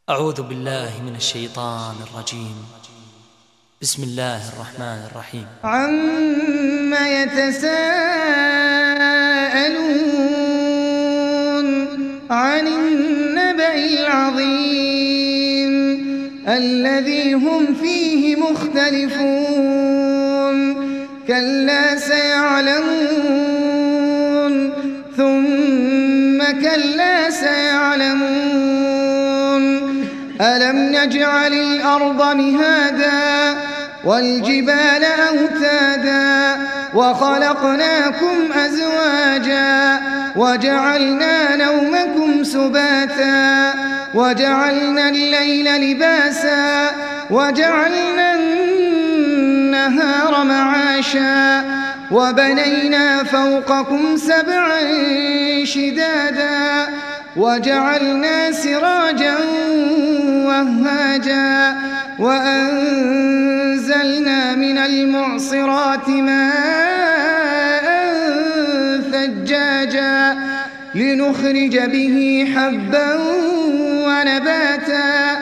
أعوذ بالله من الشيطان الرجيم. بسم الله الرحمن الرحيم. عم يتساءلون عن النبأ العظيم الذي هم فيه مختلفون كلا سيعلمون ثم كلا سيعلمون ألم نجعل الأرض مهادا والجبال أوتادا وخلقناكم أزواجا وجعلنا نومكم سباتا وجعلنا الليل لباسا وجعلنا النهار معاشا وبنينا فوقكم سبعا شدادا وجعلنا سراجا وهاجا وأنزلنا من المعصرات ماء ثجاجا لنخرج به حبا ونباتا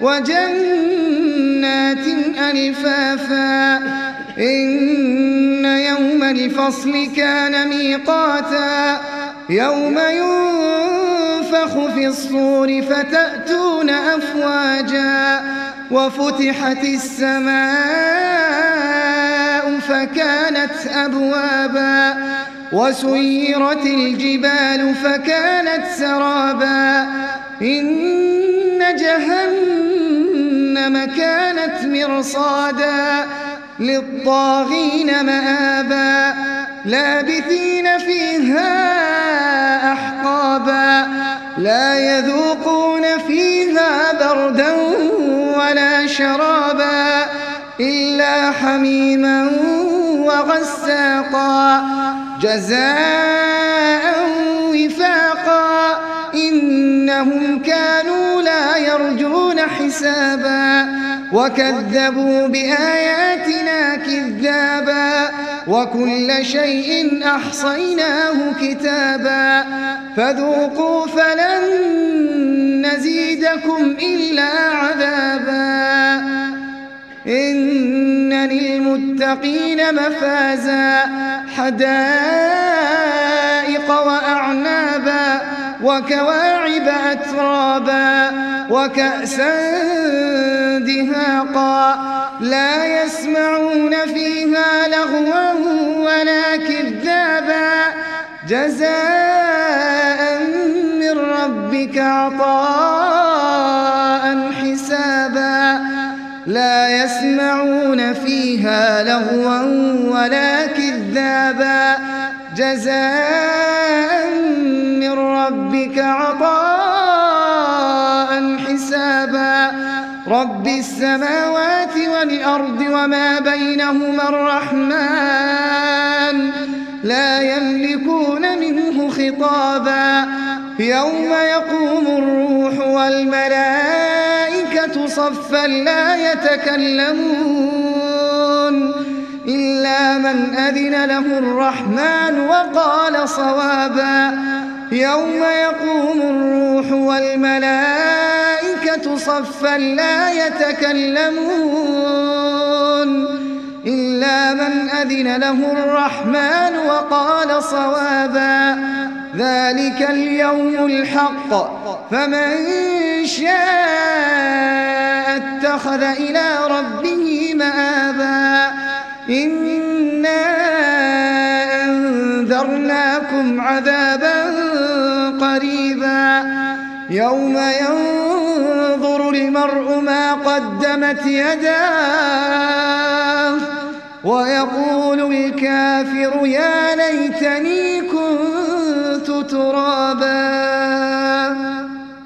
وجنات ألفافا إن يوم الفصل كان ميقاتا يوم ينفخ في الصور فتأتون أفواجا وفتحت السماء فكانت أبوابا وسيرت الجبال فكانت سرابا إن جهنم كانت مرصادا للطاغين مآبا لابثين فيها أحقابا لا يذوقون فيها بردا ولا شرابا إلا حميما وغساقا جزاء وفاقا إنهم كانوا لا يرجون حسابا وكذبوا بآياتنا كذابا وكل شيء أحصيناه كتابا فذوقوا فلن نزيدكم إلا عذابا إن للمتقين مفازا حدائق وأعنابا وكواعب أترابا وكأسا دهاقا لا يسمعون فيها لغوا ولا كذابا جزاء من ربك عطاء حسابا لا يسمعون فيها لغوا ولا كذابا جزاء من ربك عطاء حسابا رب السماوات والأرض وما بينهما الرحمن لا يملكون منه خطابا يوم يقوم الروح والملائكة صفا لا يتكلمون إلا من أذن له الرحمن وقال صوابا يوم يقوم الروح والملائكة صفا لا يتكلمون إلا من أذن له الرحمن وقال صوابا ذلك اليوم الحق فمن شاء اتخذ إلى ربه مآبا إنا أنذرناكم عذابا قريبا يوم ينظر المرء ما قدمت يداه ويقول الكافر يا ليتني كنت ترابا.